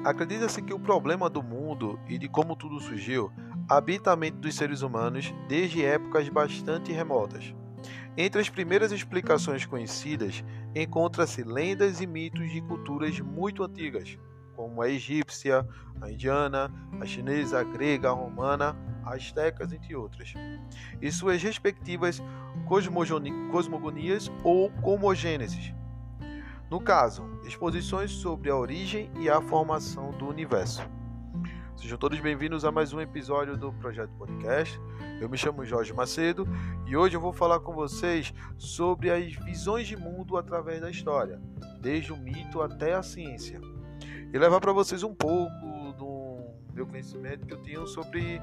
Acredita-se que o problema do mundo e de como tudo surgiu habita a mente dos seres humanos desde épocas bastante remotas. Entre as primeiras explicações conhecidas, encontra-se lendas e mitos de culturas muito antigas, como a egípcia, a indiana, a chinesa, a grega, a romana, a astecas, entre outras, e suas respectivas cosmogonias ou cosmogêneses. No caso, exposições sobre a origem e a formação do universo. Sejam todos bem-vindos a mais um episódio do Projeto Podcast. Eu me chamo Jorge Macedo e hoje eu vou falar com vocês sobre as visões de mundo através da história, desde o mito até a ciência, e levar para vocês um pouco do meu conhecimento que eu tenho sobre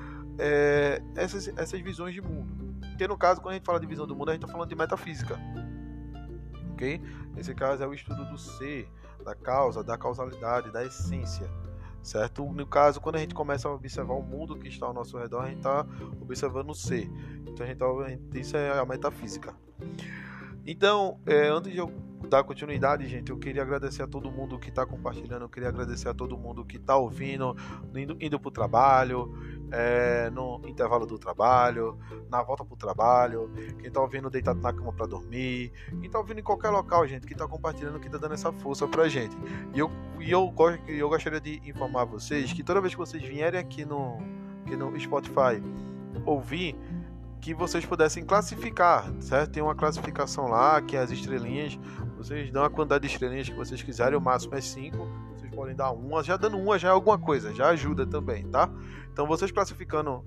essas visões de mundo. Porque no caso, quando a gente fala de visão do mundo, a gente está falando de metafísica. Okay? Nesse caso é o estudo do ser, da causa, da causalidade, da essência, certo? No caso, quando a gente começa a observar o mundo que está ao nosso redor, a gente está observando o ser. Então isso é a metafísica. Então, antes de eu dar continuidade, gente, eu queria agradecer a todo mundo que está compartilhando, eu queria agradecer a todo mundo que está ouvindo, indo para o trabalho, no intervalo do trabalho, na volta para o trabalho, quem está ouvindo deitado na cama para dormir, quem está ouvindo em qualquer local, gente, que está compartilhando, que está dando essa força para a gente. E eu gostaria de informar vocês que toda vez que vocês vierem aqui no Spotify ouvir, que vocês pudessem classificar, certo? Tem uma classificação lá, que é as estrelinhas, vocês dão a quantidade de estrelinhas que vocês quiserem, o máximo é 5, vocês podem dar uma, já dando uma já é alguma coisa, já ajuda também, tá? Então vocês classificando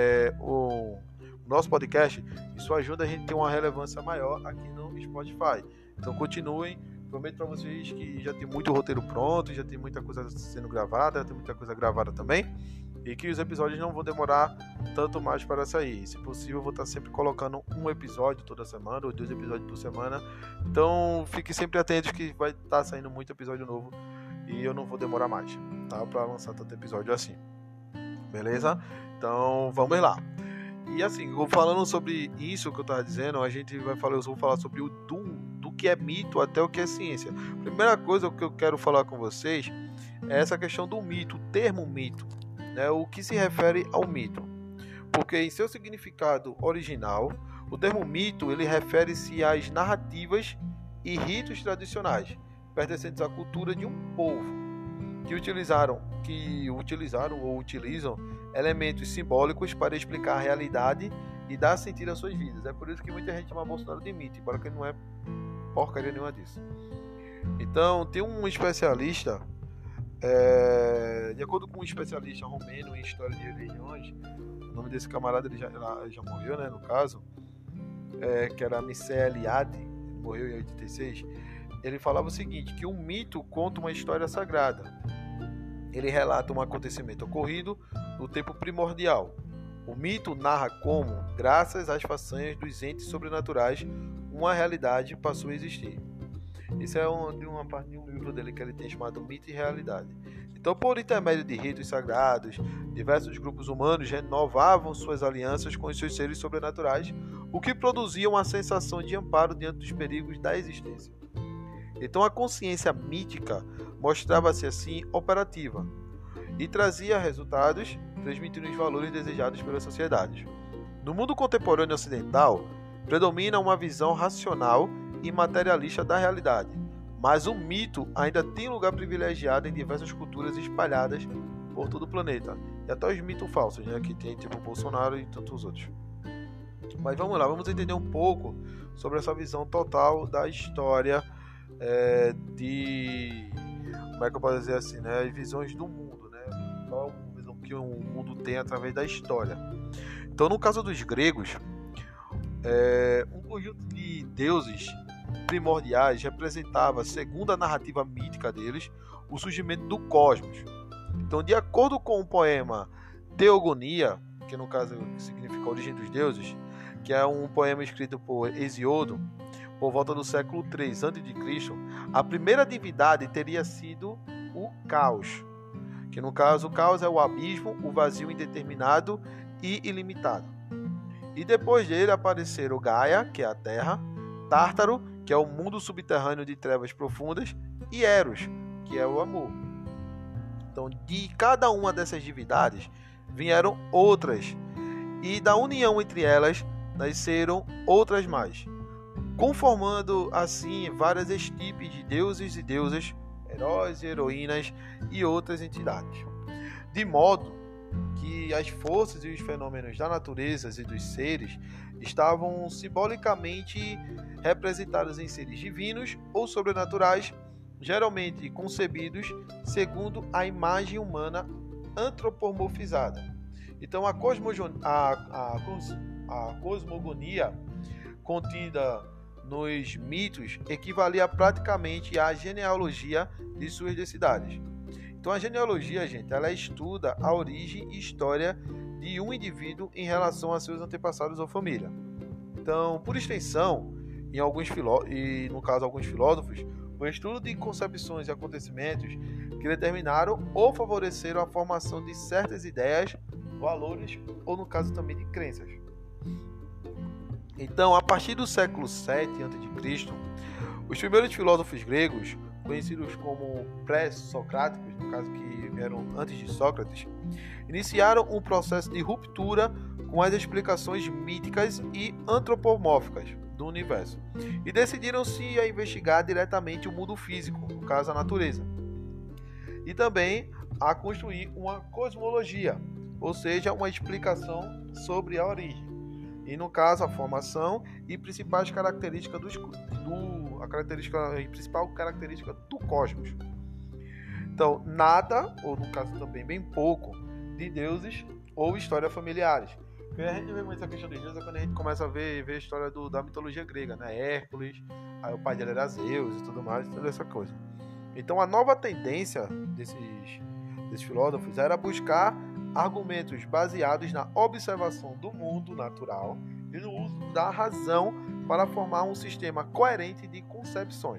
o nosso podcast, isso ajuda a gente a ter uma relevância maior aqui no Spotify. Então continuem, prometo para vocês que já tem muito roteiro pronto, já tem muita coisa sendo gravada, já tem muita coisa gravada também, e que os episódios não vão demorar tanto mais para sair. Se possível, eu vou estar sempre colocando um episódio toda semana, ou 2 episódios por semana. Então, fiquem sempre atentos que vai estar saindo muito episódio novo e eu não vou demorar mais, tá? Para lançar tanto episódio assim. Beleza? Então, vamos lá. E assim, falando sobre isso que eu estava dizendo, eu vou falar sobre do que é mito até o que é ciência. Primeira coisa que eu quero falar com vocês é essa questão do mito, o termo mito. O que se refere ao mito, porque em seu significado original, o termo mito ele refere-se às narrativas e ritos tradicionais pertencentes à cultura de um povo que utilizaram ou utilizam elementos simbólicos para explicar a realidade e dar sentido às suas vidas. É por isso que muita gente chama Bolsonaro de mito, embora que ele não é porcaria nenhuma disso. Então, tem um especialista, de acordo com um especialista romeno em história de religiões, o nome desse camarada ele já morreu, né, no caso, que era Mircea Eliade, morreu em 86. Ele falava o seguinte, que um mito conta uma história sagrada. Ele relata um acontecimento ocorrido no tempo primordial. O mito narra como, graças às façanhas dos entes sobrenaturais, uma realidade passou a existir. Isso é uma parte de um livro dele que ele tem chamado Mito e Realidade. Então, por intermédio de ritos sagrados, diversos grupos humanos renovavam suas alianças com os seus seres sobrenaturais, o que produzia uma sensação de amparo diante dos perigos da existência. Então, a consciência mítica mostrava-se assim operativa e trazia resultados, transmitindo os valores desejados pelas sociedades. No mundo contemporâneo ocidental, predomina uma visão racional e materialista da realidade, mas o mito ainda tem lugar privilegiado em diversas culturas espalhadas por todo o planeta, e até os mitos falsos, né, que tem tipo Bolsonaro e tantos outros. Mas vamos lá, vamos entender um pouco sobre essa visão total da história, como é que eu posso dizer assim, né, as visões do mundo, né, qual a visão que o mundo tem através da história. Então, no caso dos gregos, um conjunto de deuses primordiais representava, segundo a narrativa mítica deles, o surgimento do cosmos. Então, de acordo com o poema Teogonia, que no caso significa a origem dos deuses, que é um poema escrito por Hesíodo, por volta do século III a.C., a primeira divindade teria sido o caos, que no caso o caos é o abismo, o vazio indeterminado e ilimitado. E depois dele apareceram Gaia, que é a terra, Tártaro, que é o mundo subterrâneo de trevas profundas, e Eros, que é o amor. Então, de cada uma dessas divindades vieram outras, e da união entre elas nasceram outras mais, conformando assim várias estipes de deuses e deusas, heróis e heroínas e outras entidades. De modo que as forças e os fenômenos da natureza e dos seres estavam simbolicamente representados em seres divinos ou sobrenaturais, geralmente concebidos segundo a imagem humana antropomorfizada. Então, a cosmogonia contida nos mitos equivalia praticamente à genealogia de suas densidades. Então, a genealogia, gente, ela estuda a origem e história de um indivíduo em relação a seus antepassados ou família. Então, por extensão, alguns filósofos, o estudo de concepções e acontecimentos que determinaram ou favoreceram a formação de certas ideias, valores ou, no caso, também de crenças. Então, a partir do século VII a.C., os primeiros filósofos gregos, conhecidos como pré-socráticos, no caso que vieram antes de Sócrates, iniciaram um processo de ruptura com as explicações míticas e antropomórficas do universo e decidiram-se a investigar diretamente o mundo físico, no caso a natureza, e também a construir uma cosmologia, ou seja, uma explicação sobre a origem, e no caso a formação e principais características principal característica do cosmos. Então, nada, ou no caso também bem pouco, de deuses ou histórias familiares. Porque a gente vê muito essa questão de deuses quando a gente começa a ver a história da mitologia grega, né? Hércules, aí o pai dele era Zeus e tudo mais, toda essa coisa. Então, a nova tendência desses filósofos era buscar argumentos baseados na observação do mundo natural e no uso da razão para formar um sistema coerente de concepções.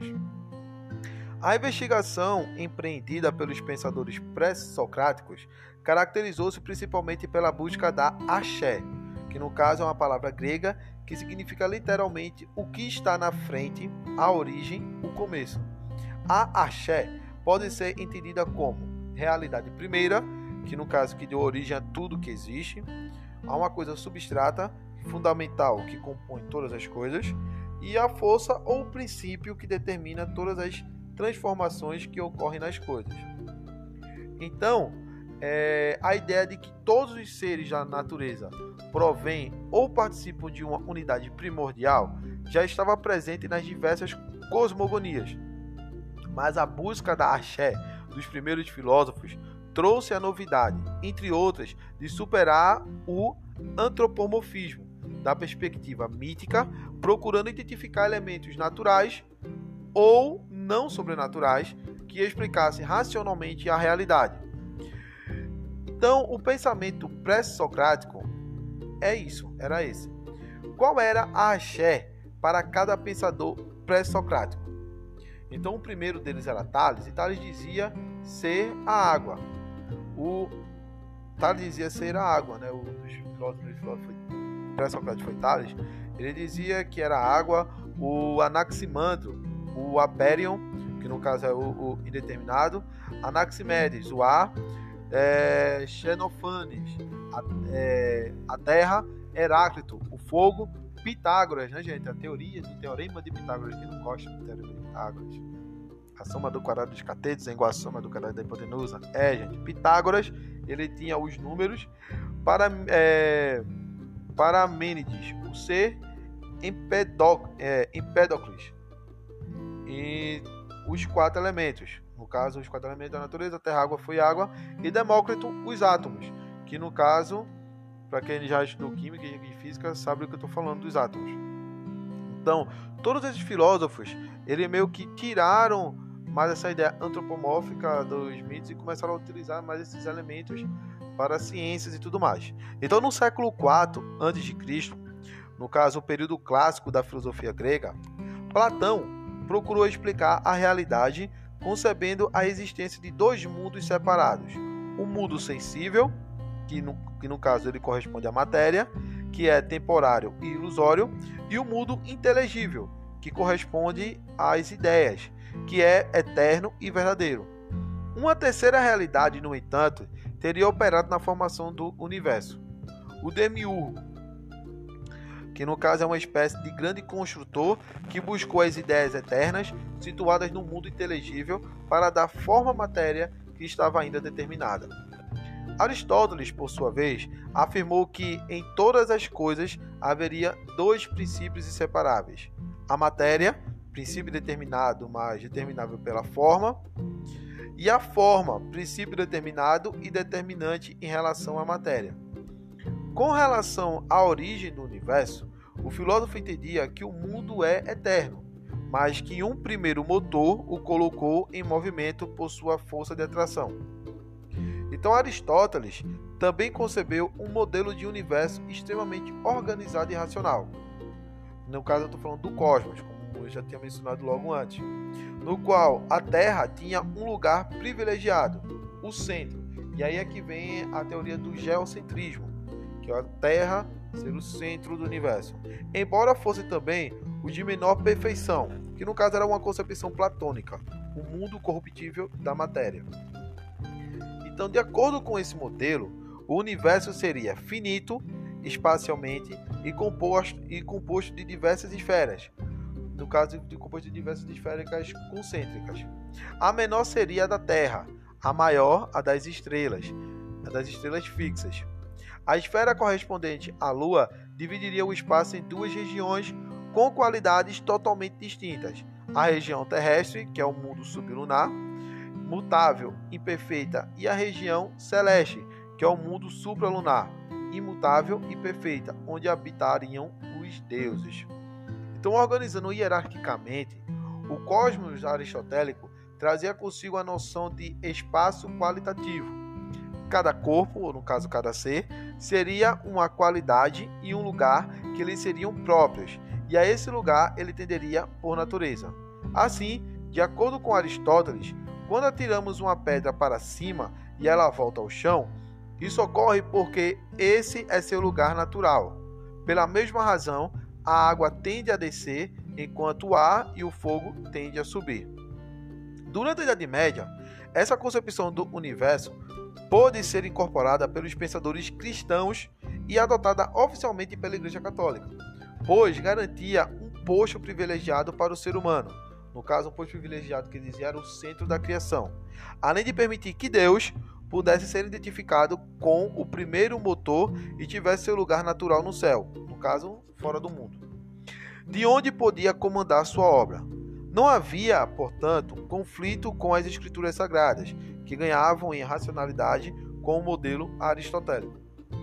A investigação empreendida pelos pensadores pré-socráticos caracterizou-se principalmente pela busca da axé, que no caso é uma palavra grega que significa literalmente o que está na frente, a origem, o começo. A axé pode ser entendida como realidade primeira, que no caso que deu origem a tudo que existe, há uma coisa substrata, fundamental, que compõe todas as coisas, e a força ou princípio que determina todas as transformações que ocorrem nas coisas. Então, a ideia de que todos os seres da natureza provêm ou participam de uma unidade primordial já estava presente nas diversas cosmogonias. Mas a busca da axé dos primeiros filósofos trouxe a novidade, entre outras, de superar o antropomorfismo da perspectiva mítica, procurando identificar elementos naturais ou não sobrenaturais que explicassem racionalmente a realidade. Então, o pensamento pré-socrático era esse. Qual era a axé para cada pensador pré-socrático? Então, o primeiro deles era Tales, e Tales dizia ser a água. Tales dizia ser a água, né? Um dos filósofos pré-socráticos foi Tales. Ele dizia que era a água. O Anaximandro, o Apérion, que no caso é o indeterminado, Anaximedes, o ar, Xenofanes, a terra, Heráclito, o fogo, Pitágoras, né, gente? A teoria do teorema de Pitágoras, quem não gosta do teorema de Pitágoras? A soma do quadrado dos catetos é igual à soma do quadrado da hipotenusa. Gente, Pitágoras, ele tinha os números para Parmênides, o ser Empédocles, e os 4 elementos, no caso os 4 elementos da natureza, terra, água, fogo e água, e Demócrito, os átomos, que no caso, para quem já estudou química e física, sabe o que eu estou falando dos átomos. Então, todos esses filósofos, eles meio que tiraram mais essa ideia antropomórfica dos mitos e começaram a utilizar mais esses elementos para ciências e tudo mais. Então, no século IV a.C., no caso, o período clássico da filosofia grega, Platão procurou explicar a realidade concebendo a existência de 2 mundos separados. O mundo sensível, que no caso ele corresponde à matéria, que é temporário e ilusório, e o mundo inteligível, que corresponde às ideias, que é eterno e verdadeiro. Uma terceira realidade, no entanto, teria operado na formação do universo. O demiurgo, que no caso é uma espécie de grande construtor que buscou as ideias eternas situadas no mundo inteligível para dar forma à matéria que estava ainda determinada. Aristóteles, por sua vez, afirmou que em todas as coisas haveria dois princípios inseparáveis: a matéria, princípio determinado, mas determinável pela forma, e a forma, princípio determinado e determinante em relação à matéria. Com relação à origem do universo, o filósofo entendia que o mundo é eterno, mas que um primeiro motor o colocou em movimento por sua força de atração. Então Aristóteles também concebeu um modelo de universo extremamente organizado e racional. No caso eu estou falando do cosmos, como eu já tinha mencionado logo antes, no qual a Terra tinha um lugar privilegiado, o centro. E aí é que vem a teoria do geocentrismo, que é a Terra ser o centro do universo. Embora fosse também o de menor perfeição, que no caso era uma concepção platônica, o mundo corruptível da matéria. Então, de acordo com esse modelo, o universo seria finito espacialmente e composto de diversas esferas. No caso, composto de diversas esféricas concêntricas. A menor seria a da Terra, a maior a das estrelas fixas. A esfera correspondente à Lua dividiria o espaço em duas regiões com qualidades totalmente distintas. A região terrestre, que é o mundo sublunar, mutável, imperfeita, e a região celeste, que é o mundo supralunar, imutável e perfeita, onde habitariam os deuses. Então, organizando hierarquicamente, o cosmos aristotélico trazia consigo a noção de espaço qualitativo. Cada corpo, ou no caso cada ser, seria uma qualidade e um lugar que lhe seriam próprios, e a esse lugar ele tenderia por natureza. Assim, de acordo com Aristóteles, quando atiramos uma pedra para cima e ela volta ao chão, isso ocorre porque esse é seu lugar natural. Pela mesma razão, a água tende a descer, enquanto o ar e o fogo tendem a subir. Durante a Idade Média, essa concepção do universo pôde ser incorporada pelos pensadores cristãos e adotada oficialmente pela Igreja Católica, pois garantia um posto privilegiado para o ser humano. No caso, um posto privilegiado que dizia era o centro da criação, além de permitir que Deus pudesse ser identificado com o primeiro motor e tivesse seu lugar natural no céu, no caso, fora do mundo, de onde podia comandar sua obra. Não havia, portanto, conflito com as escrituras sagradas, que ganhavam em racionalidade com o modelo aristotélico.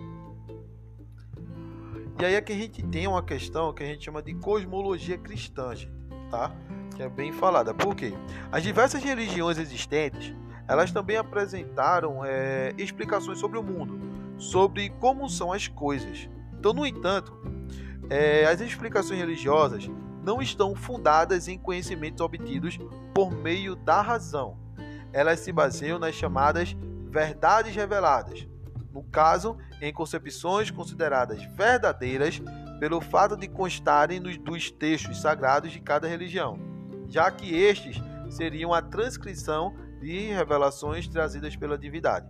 E aí é que a gente tem uma questão que a gente chama de cosmologia cristã, tá? Que é bem falada. Por quê? As diversas religiões existentes, elas também apresentaram explicações sobre o mundo, sobre como são as coisas. Então, no entanto, as explicações religiosas não estão fundadas em conhecimentos obtidos por meio da razão. Elas se baseiam nas chamadas verdades reveladas, no caso, em concepções consideradas verdadeiras pelo fato de constarem dos textos sagrados de cada religião, já que estes seriam a transcrição de revelações trazidas pela divindade.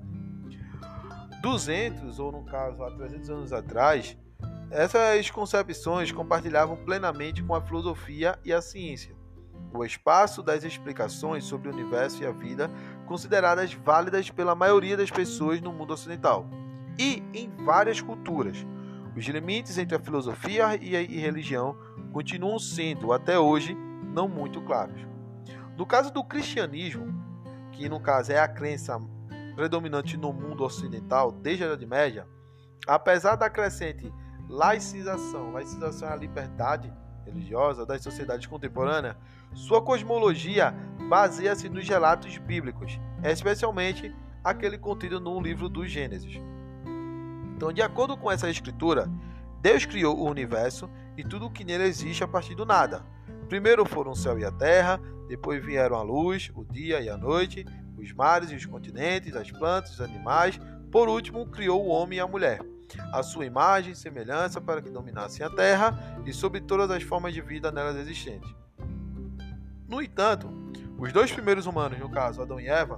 200, ou no caso há 300 anos atrás, essas concepções compartilhavam plenamente com a filosofia e a ciência o espaço das explicações sobre o universo e a vida, consideradas válidas pela maioria das pessoas no mundo ocidental e em várias culturas. Os limites entre a filosofia e religião continuam sendo, até hoje, não muito claros. No caso do cristianismo, que no caso é a crença predominante no mundo ocidental desde a Idade Média, apesar da crescente laicização é a liberdade religiosa das sociedades contemporâneas, sua cosmologia baseia-se nos relatos bíblicos, especialmente aquele contido no livro do Gênesis. Então, de acordo com essa escritura, Deus criou o universo e tudo o que nele existe a partir do nada. Primeiro foram o céu e a terra, depois vieram a luz, o dia e a noite, os mares e os continentes, as plantas, os animais. Por último, criou o homem e a mulher, a sua imagem e semelhança, para que dominassem a terra e sobre todas as formas de vida nelas existentes. No entanto, os dois primeiros humanos, no caso Adão e Eva,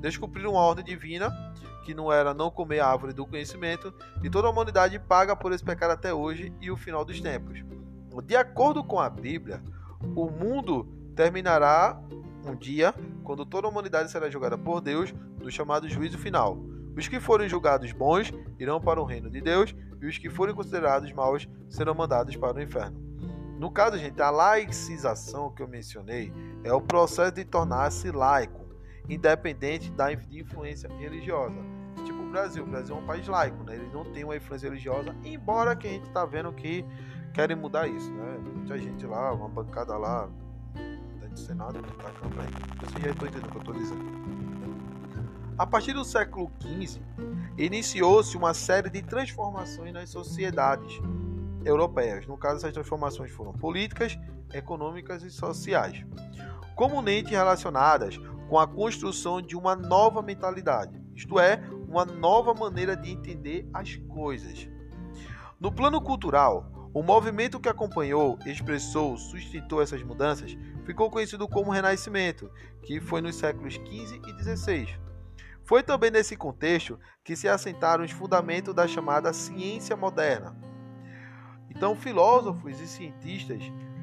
descobriram uma ordem divina, que não era não comer a árvore do conhecimento, e toda a humanidade paga por esse pecado até hoje e o final dos tempos. De acordo com a Bíblia, o mundo terminará um dia, quando toda a humanidade será julgada por Deus, no chamado juízo final. Os que forem julgados bons irão para o reino de Deus, e os que forem considerados maus serão mandados para o inferno. No caso, gente, a laicização que eu mencionei é o processo de tornar-se laico, independente da influência religiosa. Tipo o Brasil é um país laico, né? Ele não tem uma influência religiosa, embora que a gente está vendo que querem mudar isso, né? Muita gente lá, uma bancada lá, dentro do Senado, tá campanha. Vocês já estão entendendo o que eu estou dizendo. A partir do século XV, iniciou-se uma série de transformações nas sociedades europeias. No caso, essas transformações foram políticas, econômicas e sociais, comumente relacionadas com a construção de uma nova mentalidade, isto é, uma nova maneira de entender as coisas. No plano cultural, o movimento que acompanhou, expressou, sustentou essas mudanças ficou conhecido como Renascimento, que foi nos séculos XV e XVI. Foi também nesse contexto que se assentaram os fundamentos da chamada ciência moderna. Então, filósofos e cientistas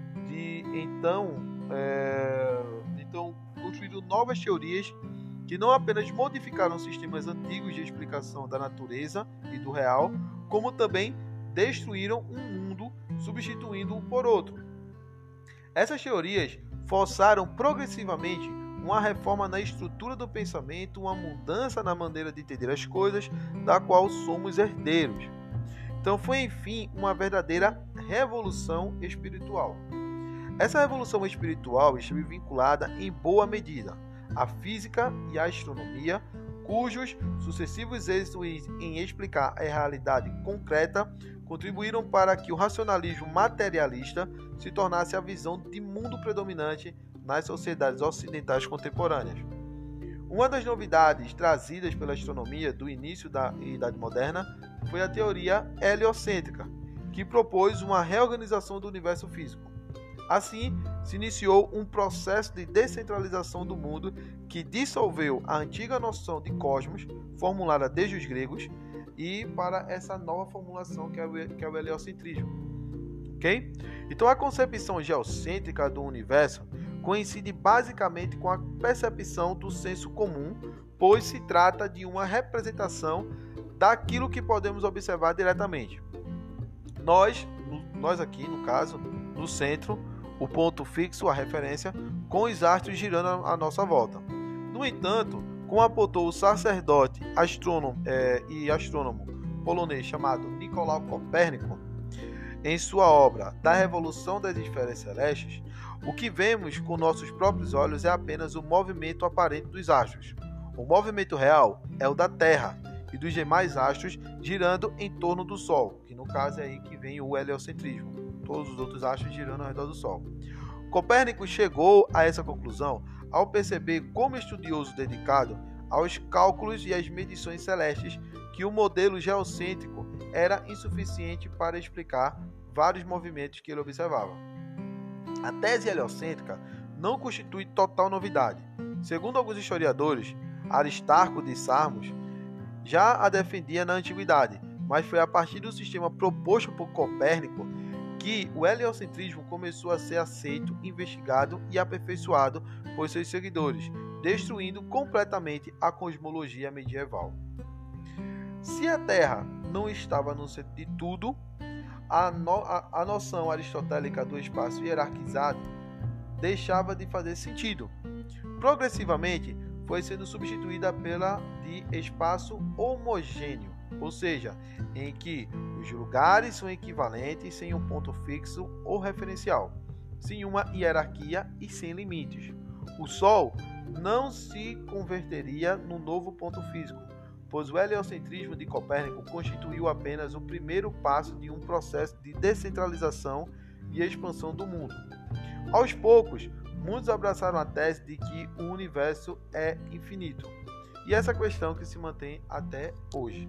construíram novas teorias que não apenas modificaram sistemas antigos de explicação da natureza e do real, como também destruíram um mundo, substituindo-o por outro. Essas teorias forçaram progressivamente uma reforma na estrutura do pensamento, uma mudança na maneira de entender as coisas, da qual somos herdeiros. Então foi, enfim, uma verdadeira revolução espiritual. Essa revolução espiritual esteve vinculada, em boa medida, à física e à astronomia, cujos sucessivos êxitos em explicar a realidade concreta contribuíram para que o racionalismo materialista se tornasse a visão de mundo predominante nas sociedades ocidentais contemporâneas. Uma das novidades trazidas pela astronomia do início da Idade Moderna foi a teoria heliocêntrica, que propôs uma reorganização do universo físico. Assim, se iniciou um processo de descentralização do mundo que dissolveu a antiga noção de cosmos, formulada desde os gregos, e para essa nova formulação que é o heliocentrismo. Okay? Então, a concepção geocêntrica do universo coincide basicamente com a percepção do senso comum, pois se trata de uma representação daquilo que podemos observar diretamente. Nós aqui, no caso, no centro, o ponto fixo, a referência, com os astros girando à nossa volta. No entanto, como apontou o sacerdote e astrônomo polonês chamado Nicolau Copérnico, em sua obra Da Revolução das Esferas Celestes, o que vemos com nossos próprios olhos é apenas o movimento aparente dos astros. O movimento real é o da Terra e dos demais astros girando em torno do Sol, que no caso é aí que vem o heliocentrismo, todos os outros astros girando ao redor do Sol. Copérnico chegou a essa conclusão ao perceber, como estudioso dedicado aos cálculos e às medições celestes, que o modelo geocêntrico era insuficiente para explicar vários movimentos que ele observava. A tese heliocêntrica não constitui total novidade. Segundo alguns historiadores, Aristarco de Samos já a defendia na antiguidade, mas foi a partir do sistema proposto por Copérnico que o heliocentrismo começou a ser aceito, investigado e aperfeiçoado por seus seguidores, destruindo completamente a cosmologia medieval. Se a Terra não estava no centro de tudo, a noção aristotélica do espaço hierarquizado deixava de fazer sentido. Progressivamente, foi sendo substituída pela de espaço homogêneo, ou seja, em que os lugares são equivalentes sem um ponto fixo ou referencial, sem uma hierarquia e sem limites. O Sol não se converteria num novo ponto físico, pois o heliocentrismo de Copérnico constituiu apenas o primeiro passo de um processo de descentralização e expansão do mundo. Aos poucos, muitos abraçaram a tese de que o universo é infinito, e essa questão que se mantém até hoje.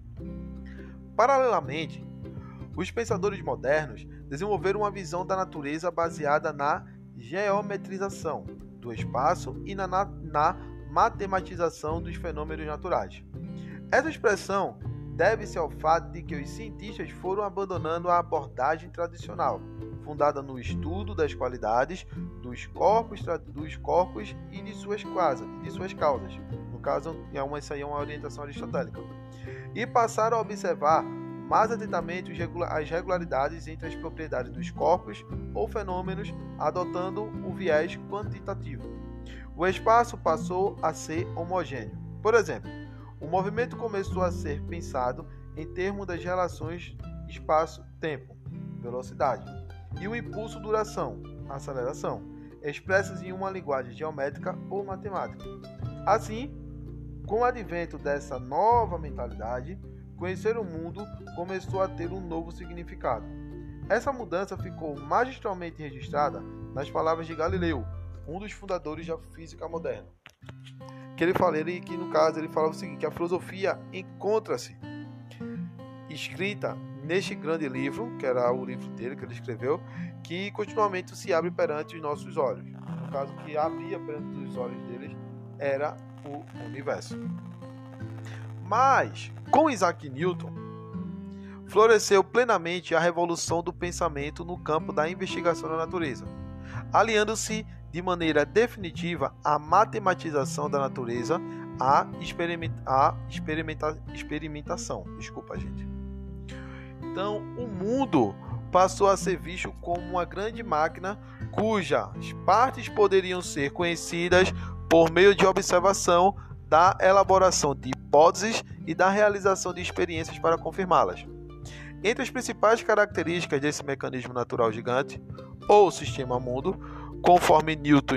Paralelamente, os pensadores modernos desenvolveram uma visão da natureza baseada na geometrização do espaço e na matematização dos fenômenos naturais. Essa expressão deve-se ao fato de que os cientistas foram abandonando a abordagem tradicional, fundada no estudo das qualidades dos corpos e de suas causas. No caso, isso aí é uma orientação aristotélica. E passaram a observar mais atentamente as regularidades entre as propriedades dos corpos ou fenômenos, adotando o viés quantitativo. O espaço passou a ser homogêneo. Por exemplo, o movimento começou a ser pensado em termos das relações espaço-tempo, velocidade, e o impulso duração, aceleração, expressas em uma linguagem geométrica ou matemática. Assim, com o advento dessa nova mentalidade, conhecer o mundo começou a ter um novo significado. Essa mudança ficou magistralmente registrada nas palavras de Galileu, um dos fundadores da física moderna. Que no caso ele falava o seguinte, que a filosofia encontra-se escrita neste grande livro, que era o livro dele que ele escreveu, que continuamente se abre perante os nossos olhos. No caso, que abria perante os olhos deles era o universo. Mas, com Isaac Newton, floresceu plenamente a revolução do pensamento no campo da investigação da natureza, aliando-se de maneira definitiva à matematização da natureza, à experimentação. Desculpa, gente. Então, o mundo passou a ser visto como uma grande máquina cujas partes poderiam ser conhecidas por meio de observação, da elaboração de hipóteses e da realização de experiências para confirmá-las. Entre as principais características desse mecanismo natural gigante, ou sistema mundo, conforme Newton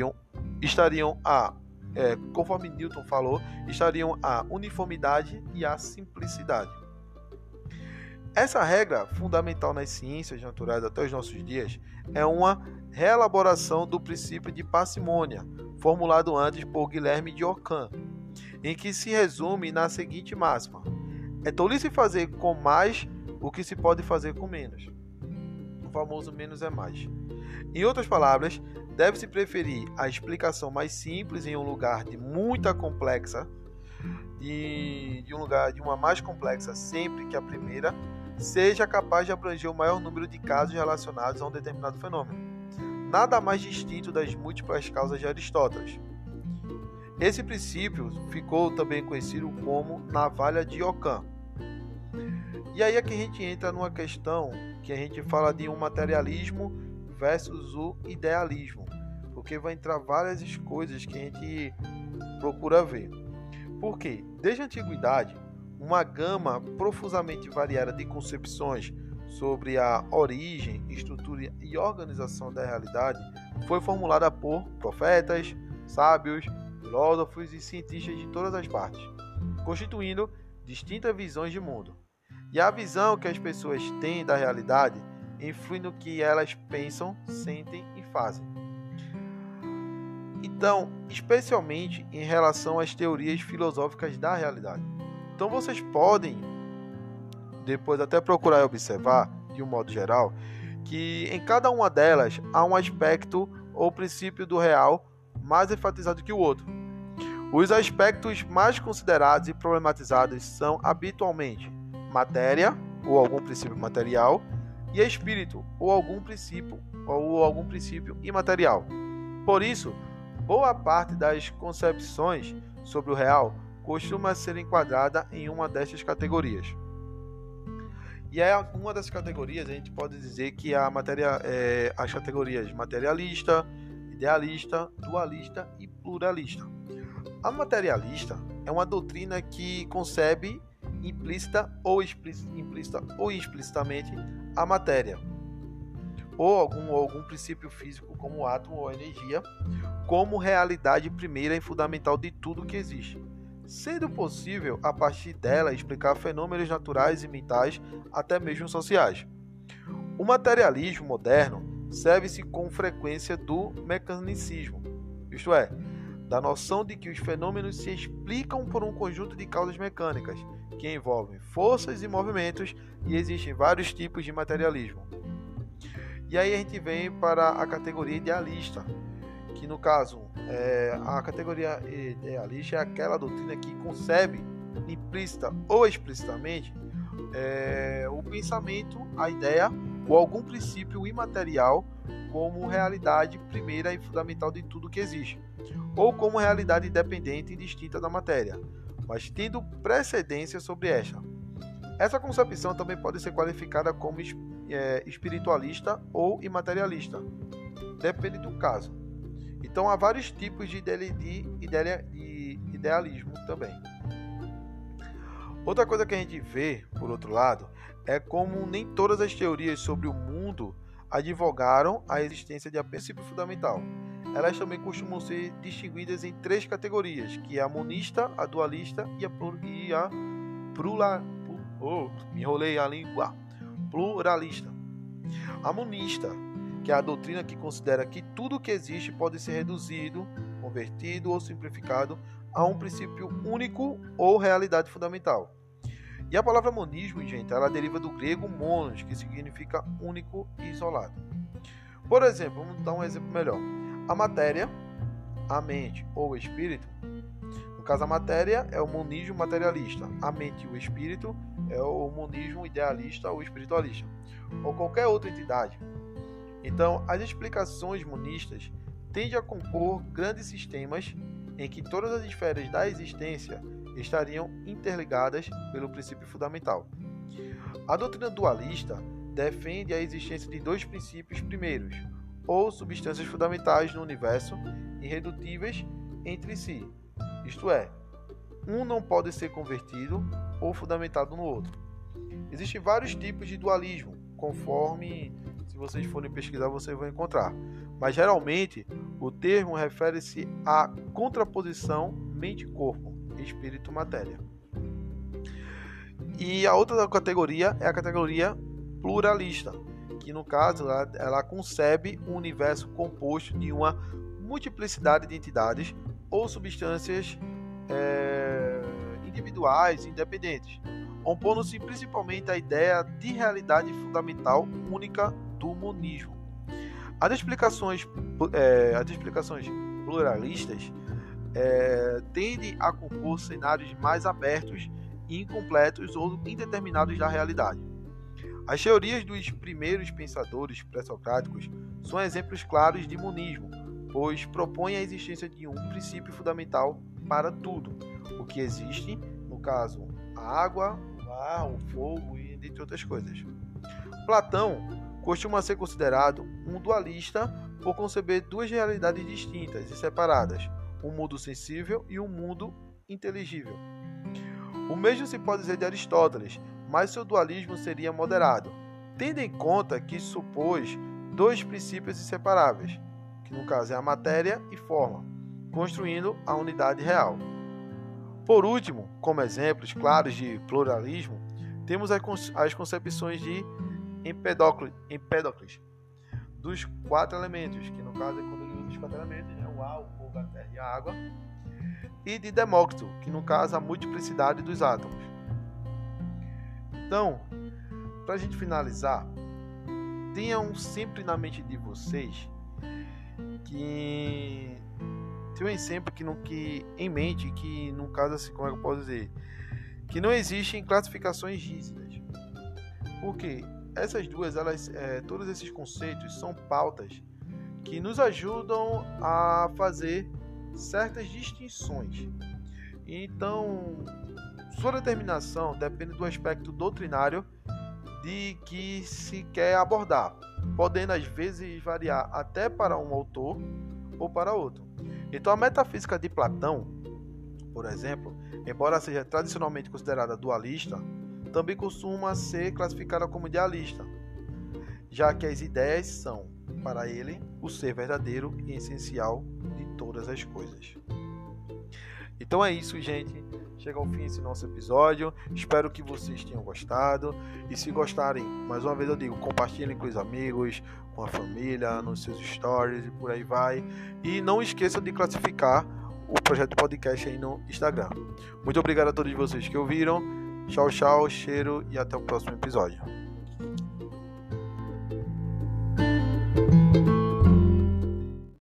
estariam a uniformidade e a simplicidade. Essa regra, fundamental nas ciências naturais até os nossos dias, é uma reelaboração do princípio de parcimônia, formulado antes por Guilherme de Ockham, em que se resume na seguinte máxima: é tolice fazer com mais o que se pode fazer com menos. O famoso menos é mais. Em outras palavras, deve-se preferir a explicação mais simples em um lugar de muita complexa, de uma mais complexa sempre que a primeira seja capaz de abranger o maior número de casos relacionados a um determinado fenômeno. Nada mais distinto das múltiplas causas de Aristóteles. Esse princípio ficou também conhecido como navalha de Ockham. E aí é que a gente entra numa questão que a gente fala de um materialismo versus o idealismo, porque vai entrar várias coisas que a gente procura ver. Porque, desde a antiguidade, uma gama profusamente variada de concepções sobre a origem, estrutura e organização da realidade foi formulada por profetas, sábios, filósofos e cientistas de todas as partes, constituindo distintas visões de mundo. E a visão que as pessoas têm da realidade influi no que elas pensam, sentem e fazem. Então, especialmente em relação às teorias filosóficas da realidade. Então, vocês podem depois até procurar e observar, de um modo geral, que em cada uma delas há um aspecto ou princípio do real mais enfatizado que o outro. Os aspectos mais considerados e problematizados são habitualmente matéria ou algum princípio material e espírito ou algum princípio imaterial. Por isso, boa parte das concepções sobre o real costuma ser enquadrada em uma destas categorias. E uma das categorias a gente pode dizer que as categorias materialista, idealista, dualista e pluralista. A materialista é uma doutrina que concebe implícita ou explicitamente a matéria, ou algum princípio físico como o átomo ou energia, como realidade primeira e fundamental de tudo que existe, sendo possível, a partir dela, explicar fenômenos naturais e mentais, até mesmo sociais. O materialismo moderno serve-se com frequência do mecanicismo, isto é, da noção de que os fenômenos se explicam por um conjunto de causas mecânicas, que envolvem forças e movimentos, e existem vários tipos de materialismo. E aí a gente vem para a categoria idealista, que no caso a categoria idealista é aquela doutrina que concebe implícita ou explicitamente o pensamento, a ideia ou algum princípio imaterial como realidade primeira e fundamental de tudo que existe, ou como realidade independente e distinta da matéria, mas tendo precedência sobre esta. Essa concepção também pode ser qualificada como espiritualista ou imaterialista, depende do caso. Então há vários tipos de idealismo também. Outra coisa que a gente vê, por outro lado, é como nem todas as teorias sobre o mundo advogaram a existência de um princípio fundamental. Elas também costumam ser distinguidas em 3 categorias, que é a monista, a dualista e a pluralista. A monista, que é a doutrina que considera que tudo que existe pode ser reduzido, convertido ou simplificado a um princípio único ou realidade fundamental. E a palavra monismo, gente, ela deriva do grego monos, que significa único e isolado. Por exemplo, vamos dar um exemplo melhor. A matéria, a mente ou o espírito, no caso a matéria é o monismo materialista, a mente e o espírito é o monismo idealista ou espiritualista, ou qualquer outra entidade. Então, as explicações monistas tendem a compor grandes sistemas em que todas as esferas da existência estariam interligadas pelo princípio fundamental. A doutrina dualista defende a existência de 2 princípios primeiros, ou substâncias fundamentais no universo, irredutíveis entre si. Isto é, um não pode ser convertido ou fundamentado no outro. Existem vários tipos de dualismo, conforme, se vocês forem pesquisar, vocês vão encontrar. Mas geralmente, o termo refere-se à contraposição mente-corpo, espírito-matéria. E a outra categoria é a categoria pluralista, que no caso ela concebe um universo composto de uma multiplicidade de entidades ou substâncias individuais e independentes, opondo-se principalmente à ideia de realidade fundamental única do monismo. As explicações pluralistas tendem a compor cenários mais abertos, incompletos ou indeterminados da realidade. As teorias dos primeiros pensadores pré-socráticos são exemplos claros de monismo, pois propõem a existência de um princípio fundamental para tudo o que existe, no caso, a água, o ar, o fogo e entre outras coisas. Platão costuma ser considerado um dualista por conceber 2 realidades distintas e separadas, um mundo sensível e um mundo inteligível. O mesmo se pode dizer de Aristóteles, mas seu dualismo seria moderado, tendo em conta que supôs 2 princípios inseparáveis, que no caso é a matéria e forma, construindo a unidade real. Por último, como exemplos claros de pluralismo, temos as concepções de Empédocles, dos 4 elementos, que no caso é quando ele usa os 4 elementos, né? O ar, o fogo, a terra e a água, e de Demócrito, que no caso é a multiplicidade dos átomos. Então, para a gente finalizar, tenham sempre na mente de vocês que tenham sempre em mente que no caso assim, como é que eu posso dizer, que não existem classificações rígidas, porque essas duas, todos esses conceitos são pautas que nos ajudam a fazer certas distinções. Então, sua determinação depende do aspecto doutrinário de que se quer abordar, podendo às vezes variar até para um autor ou para outro. Então, a metafísica de Platão, por exemplo, embora seja tradicionalmente considerada dualista, também costuma ser classificada como idealista, já que as ideias são, para ele, o ser verdadeiro e essencial de todas as coisas. Então é isso, gente. Chega ao fim esse nosso episódio. Espero que vocês tenham gostado. E se gostarem, mais uma vez eu digo, compartilhem com os amigos, com a família, nos seus stories e por aí vai. E não esqueçam de classificar o projeto podcast aí no Instagram. Muito obrigado a todos vocês que ouviram. Tchau, tchau, cheiro e até o próximo episódio.